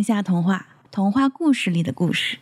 下童话，童话故事里的故事。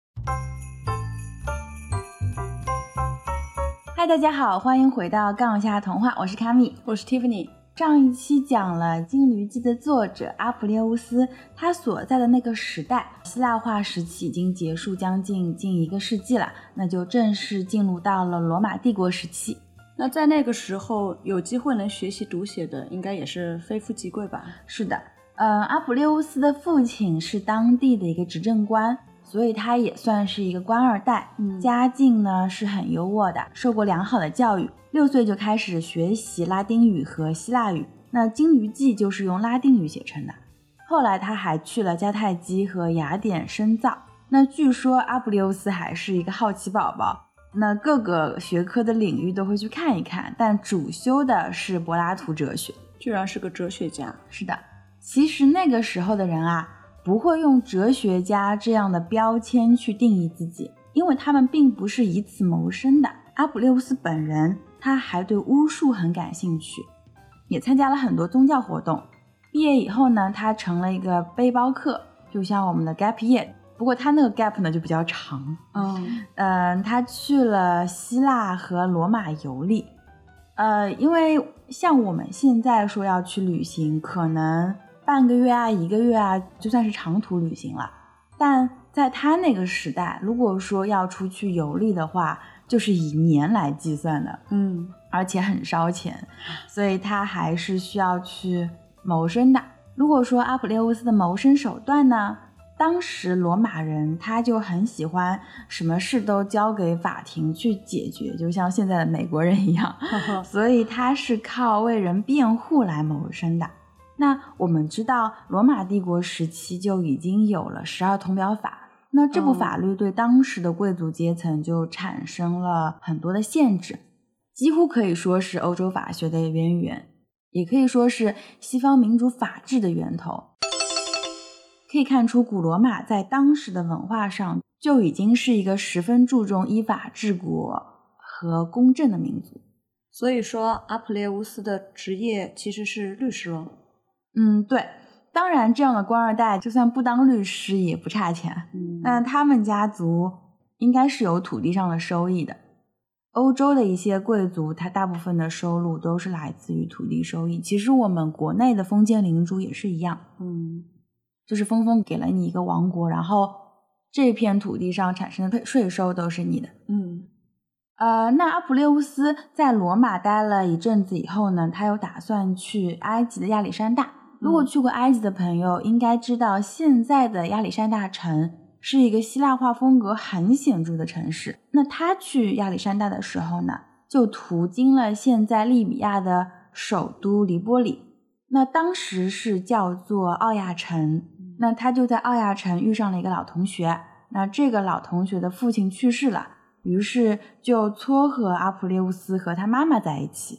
嗨，大家好，欢迎回到杠下童话，我是卡米， 我是 Tiffany。 上一期讲了《金驴记》的作者阿普列乌斯，他所在的那个时代，希腊化时期已经结束近1个世纪了，那就正式进入到了罗马帝国时期。 那在那个时候，有机会能学习读写的，应该也是非富即贵吧？ 是的，阿普列乌斯的父亲是当地的一个执政官，所以他也算是一个官二代，家境呢是很优渥的，受过良好的教育，6岁就开始学习拉丁语和希腊语。那《金驴记》就是用拉丁语写成的。后来他还去了迦太基和雅典深造。那据说阿普列乌斯还是一个好奇宝宝，那各个学科的领域都会去看一看，但主修的是柏拉图哲学。 居然是个哲学家。 是的，其实那个时候的人啊，不会用哲学家这样的标签去定义自己，因为他们并不是以此谋生的。阿普列乌斯本人他还对巫术很感兴趣，也参加了很多宗教活动。毕业以后呢，他成了一个背包客，就像我们的 gap year， 不过他那个 gap 呢就比较长。他去了希腊和罗马游历。因为像我们现在说要去旅行，可能半个月啊1个月啊就算是长途旅行了，但在他那个时代，如果说要出去游历的话，就是以年来计算的，而且很烧钱，所以他还是需要去谋生的。如果说阿普列乌斯的谋生手段呢，当时罗马人他就很喜欢什么事都交给法庭去解决，就像现在的美国人一样所以他是靠为人辩护来谋生的。那我们知道罗马帝国时期就已经有了12铜表法，那这部法律对当时的贵族阶层就产生了很多的限制，几乎可以说是欧洲法学的渊源，也可以说是西方民主法治的源头。可以看出古罗马在当时的文化上就已经是一个十分注重依法治国和公正的民族。 所以说阿普列乌斯的职业其实是律师咯。 对，当然这样的官二代就算不当律师也不差钱。那他们家族应该是有土地上的收益的。欧洲的一些贵族他大部分的收入都是来自于土地收益，其实我们国内的封建领主也是一样。就是封给了你一个王国，然后这片土地上产生的税收都是你的。那阿普列乌斯在罗马待了一阵子以后呢，他又打算去埃及的亚历山大。如果去过埃及的朋友应该知道，现在的亚历山大城是一个希腊化风格很显著的城市。那他去亚历山大的时候呢，就途经了现在利比亚的首都黎波里，那当时是叫做奥亚城。那他就在奥亚城遇上了一个老同学，那这个老同学的父亲去世了，于是就撮合阿普列乌斯和他妈妈在一起。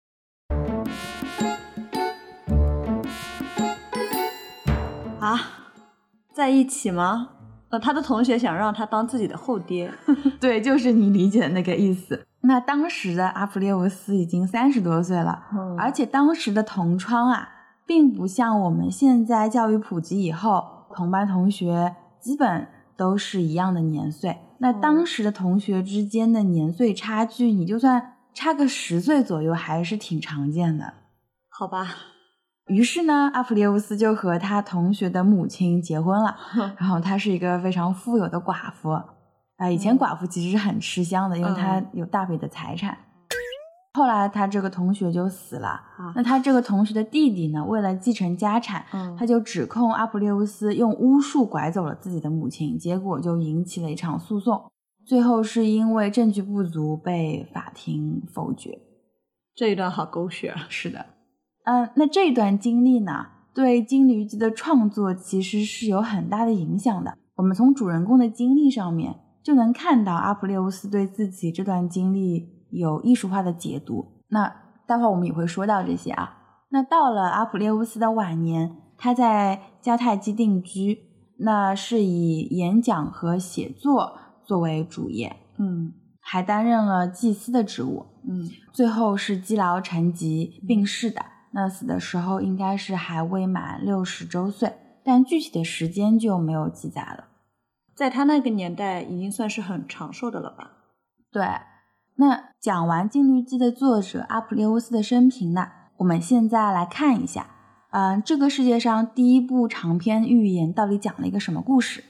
在一起吗？他的同学想让他当自己的后爹对，就是你理解的那个意思。那当时的阿普列乌斯已经30多岁了，而且当时的同窗啊并不像我们现在教育普及以后，同班同学基本都是一样的年岁。那当时的同学之间的年岁差距，你就算差个10岁左右还是挺常见的。 好吧。 于是呢，阿普列乌斯就和他同学的母亲结婚了然后他是一个非常富有的寡妇。以前寡妇其实是很吃香的，因为他有大笔的财产。后来他这个同学就死了，那他这个同学的弟弟呢，为了继承家产，他就指控阿普列乌斯用巫术拐走了自己的母亲，结果就引起了一场诉讼，最后是因为证据不足被法庭否决。 这一段好狗血。 是的。那这段经历呢，对《金驴记》的创作其实是有很大的影响的。我们从主人公的经历上面就能看到阿普列乌斯对自己这段经历有艺术化的解读。那待会儿我们也会说到这些啊。那到了阿普列乌斯的晚年，他在迦太基定居，那是以演讲和写作作为主业，还担任了祭司的职务，最后是积劳成疾病逝的。那死的时候应该是还未满60周岁。 但具体的时间就没有记载了。 在他那个年代已经算是很长寿的了吧？ 对，那讲完《金驴记》的作者阿普列乌斯的生平呢，我们现在来看一下，这个世界上第一部长篇寓言到底讲了一个什么故事？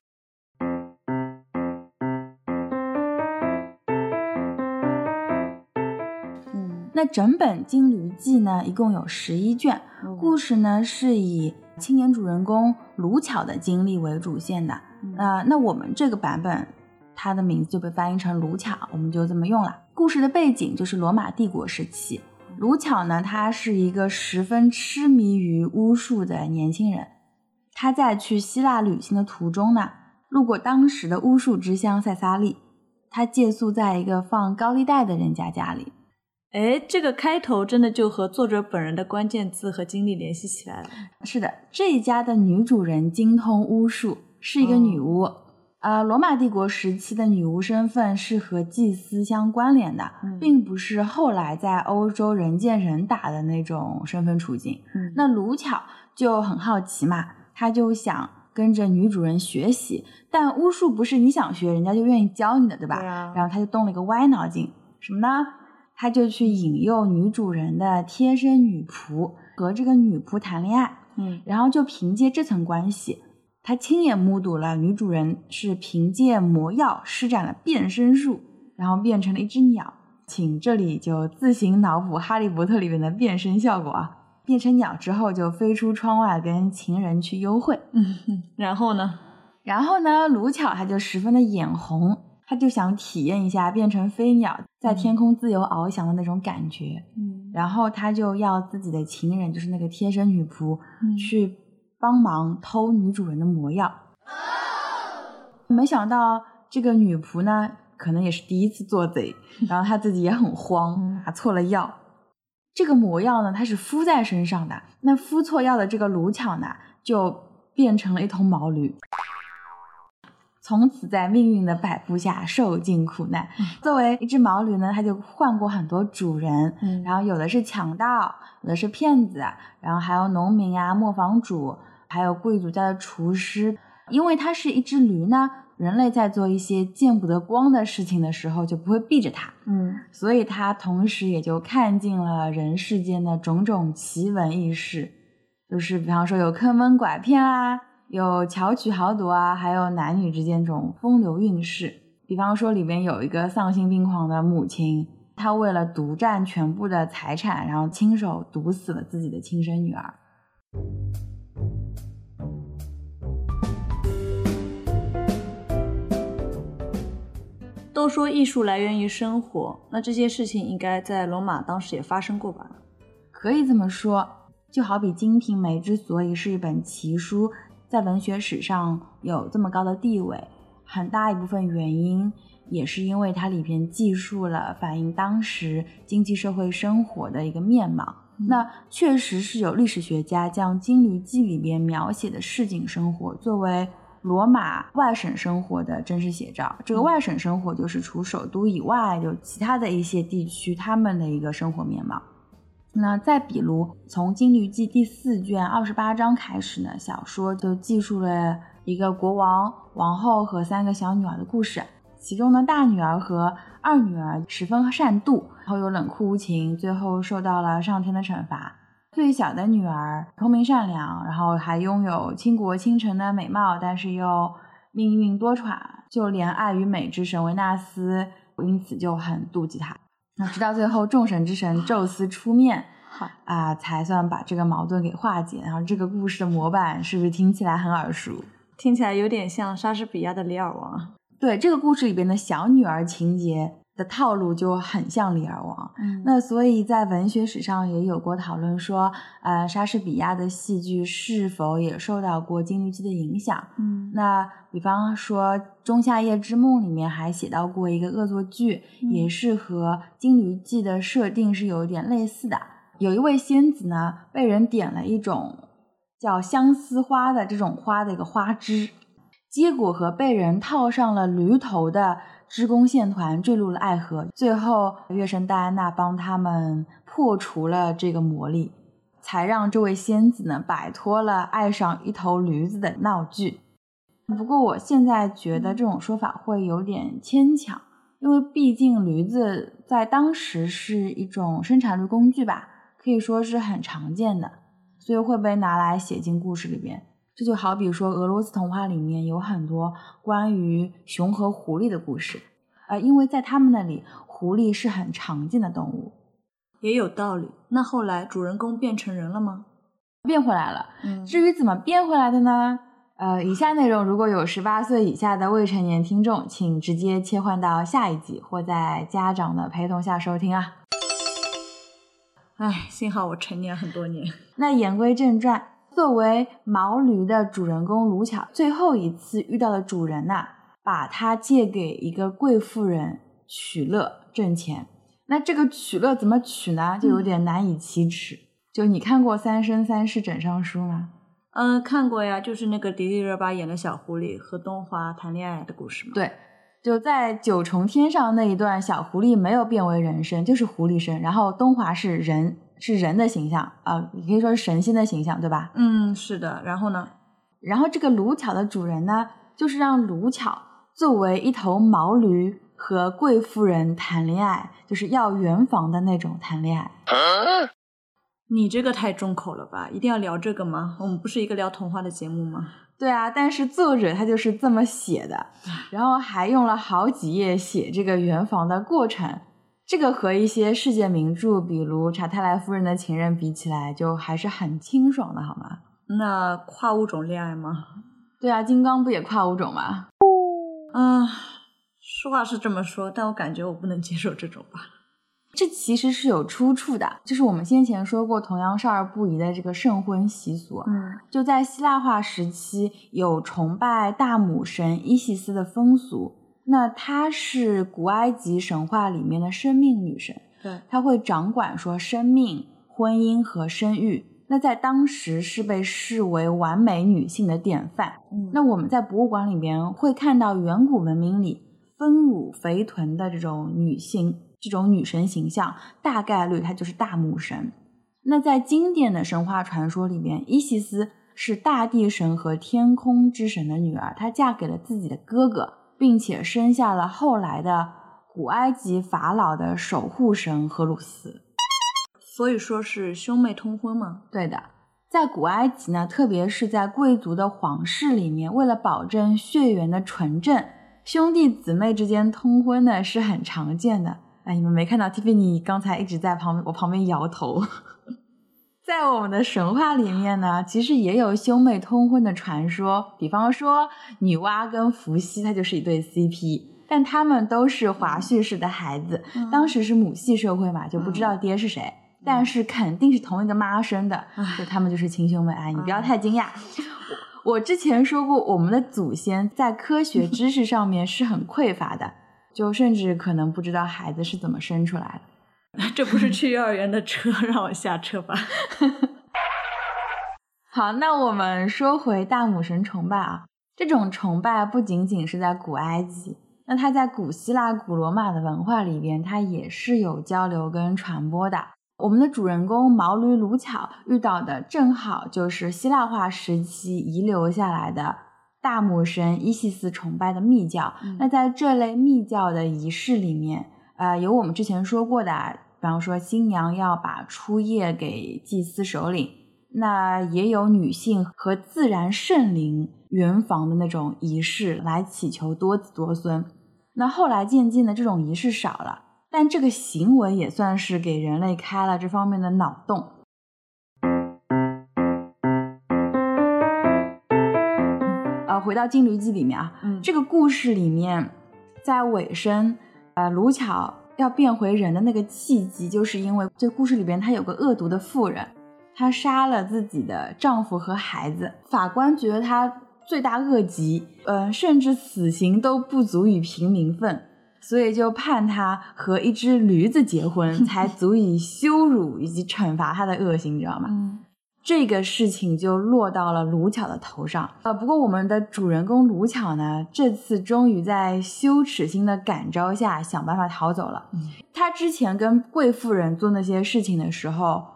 那整本《金驴记》呢，一共有11卷，故事呢是以青年主人公卢巧的经历为主线的。那我们这个版本，它的名字就被翻译成卢巧，我们就这么用了。故事的背景就是罗马帝国时期，卢巧呢，他是一个十分痴迷于巫术的年轻人。他在去希腊旅行的途中呢，路过当时的巫术之乡塞萨利，他借宿在一个放高利贷的人家家里。 这个开头真的就和作者本人的关键字和经历联系起来了。 是的，这一家的女主人精通巫术，是一个女巫。罗马帝国时期的女巫身份是和祭司相关联的，并不是后来在欧洲人见人打的那种身份处境。那卢巧就很好奇嘛，她就想跟着女主人学习，但巫术不是你想学人家就愿意教你的，对吧？ 对啊。 然后她就动了一个歪脑筋，什么呢？她就去引诱女主人的贴身女仆和这个女仆谈恋爱。然后就凭借这层关系，她亲眼目睹了女主人是凭借魔药施展了变身术，然后变成了一只鸟。请这里就自行脑补哈利波特里面的变身效果啊，变成鸟之后就飞出窗外跟情人去幽会。 然后呢， 卢巧她就十分的眼红，她就想体验一下变成飞鸟在天空自由翱翔的那种感觉。然后她就要自己的情人，就是那个贴身女仆，去帮忙偷女主人的魔药。没想到这个女仆呢，可能也是第一次做贼，然后她自己也很慌，拿错了药。这个魔药呢，它是敷在身上的，那敷错药的这个卢巧呢，就变成了一头毛驴，从此在命运的摆布下受尽苦难。作为一只毛驴呢，它就换过很多主人，然后有的是强盗，有的是骗子，然后还有农民啊、磨坊主，还有贵族家的厨师。因为它是一只驴呢，人类在做一些见不得光的事情的时候就不会避着它，所以它同时也就看尽了人世间的种种奇闻异事，就是比方说有坑蒙拐骗啊，有巧取豪夺啊，还有男女之间这种风流韵事。比方说里面有一个丧心病狂的母亲，她为了独占全部的财产，然后亲手毒死了自己的亲生女儿。 都说艺术来源于生活，那这些事情应该在罗马当时也发生过吧？ 可以这么说，就好比《金瓶梅》之所以是一本奇书，在文学史上有这么高的地位，很大一部分原因也是因为它里边记述了反映当时经济社会生活的一个面貌。那确实是有历史学家将《金驴记》里边描写的市井生活作为罗马外省生活的真实写照。这个外省生活就是除首都以外，就其他的一些地区他们的一个生活面貌。那再比如从《金驴记》第4卷28章开始呢，小说就记述了一个国王、王后和3个小女儿的故事。其中呢，大女儿和二女儿十分善妒，然后又冷酷无情，最后受到了上天的惩罚。最小的女儿聪明善良，然后还拥有倾国倾城的美貌，但是又命运多舛，就连爱与美之神维纳斯因此就很妒忌她。直到最后众神之神宙斯出面才算把这个矛盾给化解。然后这个故事的模板是不是听起来很耳熟？ 听起来有点像莎士比亚的《李尔王》。 对，这个故事里边的小女儿情节的套路就很像《李尔王》。那所以在文学史上也有过讨论说，莎士比亚的戏剧是否也受到过《金驴记》的影响。那比方说《仲夏夜之梦》里面还写到过一个恶作剧，也是和《金驴记》的设定是有一点类似的。有一位仙子呢，被人点了一种叫相思花的这种花的一个花枝，结果和被人套上了驴头的织工线团坠入了爱河。最后月神戴安娜帮他们破除了这个魔力。 才让这位仙子呢摆脱了爱上一头驴子的闹剧。不过我现在觉得这种说法会有点牵强，因为毕竟驴子在当时是一种生产力工具吧，可以说是很常见的，所以会被拿来写进故事里边。这就好比说俄罗斯童话里面有很多关于熊和狐狸的故事，因为在他们那里狐狸是很常见的动物。 也有道理。那后来主人公变成人了吗？ 变回来了。至于怎么变回来的呢？以下内容如果有18岁以下的未成年听众，请直接切换到下一集，或在家长的陪同下收听啊。 幸好我成年很多年。 那言归正传，作为毛驴的主人公卢巧，最后一次遇到的主人把它借给一个贵妇人取乐挣钱。那这个取乐怎么取呢？就有点难以启齿。就你看过《三生三世枕上书》吗？ 看过呀，就是那个迪丽热巴演的小狐狸和东华谈恋爱的故事嘛。 对，就在九重天上那一段，小狐狸没有变为人身，就是狐狸身，然后东华是人的形象也可以说是神仙的形象，对吧？ 是的。然后呢？ 然后这个卢巧的主人呢，就是让卢巧作为一头毛驴和贵妇人谈恋爱，就是要圆房的那种谈恋爱。 你这个太重口了吧，一定要聊这个吗？我们不是一个聊童话的节目吗？ 对啊，但是作者他就是这么写的，然后还用了好几页写这个圆房的过程。这个和一些世界名著比如查泰莱夫人的情人比起来，就还是很清爽的好吗？ 那跨物种恋爱吗？ 对啊，金刚不也跨物种吗？ 说话是这么说，但我感觉我不能接受这种吧。 这其实是有出处的，就是我们先前说过同样少儿不宜的这个圣婚习俗。就在希腊化时期有崇拜大母神伊西斯的风俗，那她是古埃及神话里面的生命女神， 对， 她会掌管说生命、婚姻和生育，那在当时是被视为完美女性的典范。那我们在博物馆里面会看到远古文明里丰乳肥臀的这种女性，这种女神形象，大概率她就是大母神。那在经典的神话传说里面，伊西斯是大地神和天空之神的女儿，她嫁给了自己的哥哥，并且生下了后来的古埃及法老的守护神荷鲁斯。 所以说是兄妹通婚吗？ 对的，在古埃及呢，特别是在贵族的皇室里面，为了保证血缘的纯正，兄弟姊妹之间通婚呢是很常见的。你们没看到 Tiffany 刚才一直在我旁边摇头。在我们的神话里面呢，其实也有兄妹通婚的传说，比方说女娲跟伏羲，它就是一对 CP， 但他们都是华胥氏的孩子。当时是母系社会嘛，就不知道爹是谁，但是肯定是同一个妈生的，就他们就是亲兄妹。你不要太惊讶。我之前说过，我们的祖先在科学知识上面是很匮乏的，就甚至可能不知道孩子是怎么生出来的。 这不是去幼儿园的车，让我下车吧。 好，那我们说回大母神崇拜啊，这种崇拜不仅仅是在古埃及，那它在古希腊、古罗马的文化里边，它也是有交流跟传播的。我们的主人公毛驴卢巧遇到的正好就是希腊化时期遗留下来的大母神伊西斯崇拜的密教。那在这类密教的仪式里面，有我们之前说过的，比方说新娘要把初夜给祭司首领，那也有女性和自然圣灵圆房的那种仪式来祈求多子多孙。那后来渐渐的这种仪式少了，但这个行为也算是给人类开了这方面的脑洞。回到金驴记里面这个故事里面，在尾声卢巧要变回人的那个契机，就是因为这故事里边她有个恶毒的妇人，她杀了自己的丈夫和孩子，法官觉得她罪大恶极，甚至死刑都不足以平民愤，所以就判她和一只驴子结婚才足以羞辱以及惩罚她的恶行，你知道吗？这个事情就落到了卢巧的头上。不过我们的主人公卢巧呢，这次终于在羞耻心的感召下想办法逃走了。他之前跟贵妇人做那些事情的时候，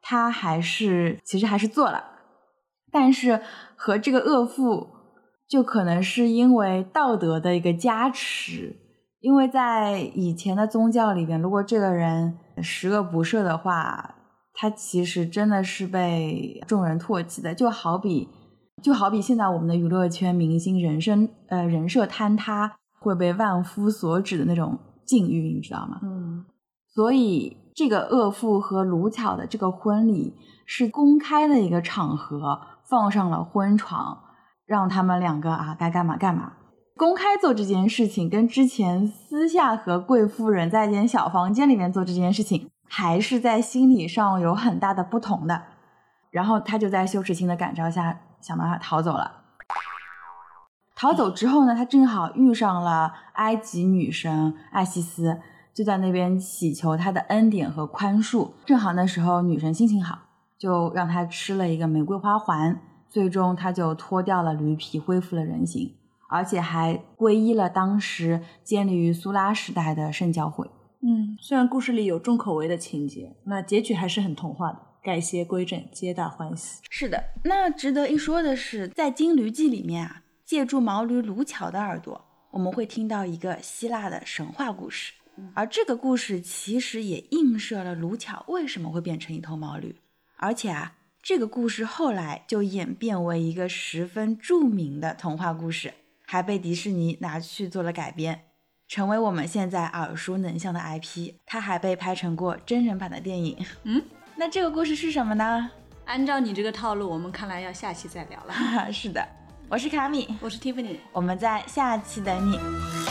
他其实还是做了，但是和这个恶妇就可能是因为道德的一个加持，因为在以前的宗教里边，如果这个人十恶不赦的话，他其实真的是被众人唾弃的，就好比现在我们的娱乐圈明星人设坍塌会被万夫所指的那种境遇，你知道吗？所以这个恶妇和卢巧的这个婚礼是公开的一个场合，放上了婚床，让他们两个该干嘛干嘛。公开做这件事情跟之前私下和贵夫人在一间小房间里面做这件事情还是在心理上有很大的不同的。然后他就在羞耻心的感召下想办法逃走了。逃走之后呢，他正好遇上了埃及女神艾西斯，就在那边祈求他的恩典和宽恕。正好那时候女神心情好，就让他吃了一个玫瑰花环，最终他就脱掉了驴皮，恢复了人形，而且还皈依了当时建立于苏拉时代的圣教会。 虽然故事里有重口味的情节，那结局还是很童话的，改邪归正，皆大欢喜。 是的，那值得一说的是，在《金驴记》里面借助毛驴卢巧的耳朵，我们会听到一个希腊的神话故事，而这个故事其实也映射了卢巧为什么会变成一头毛驴，而且这个故事后来就演变为一个十分著名的童话故事，还被迪士尼拿去做了改编，成为我们现在耳熟能详的 IP， 它还被拍成过真人版的电影。那这个故事是什么呢？ 按照你这个套路，我们看来要下期再聊了。 是的，我是卡米， 我是 Tiffany， 我们在下期等你。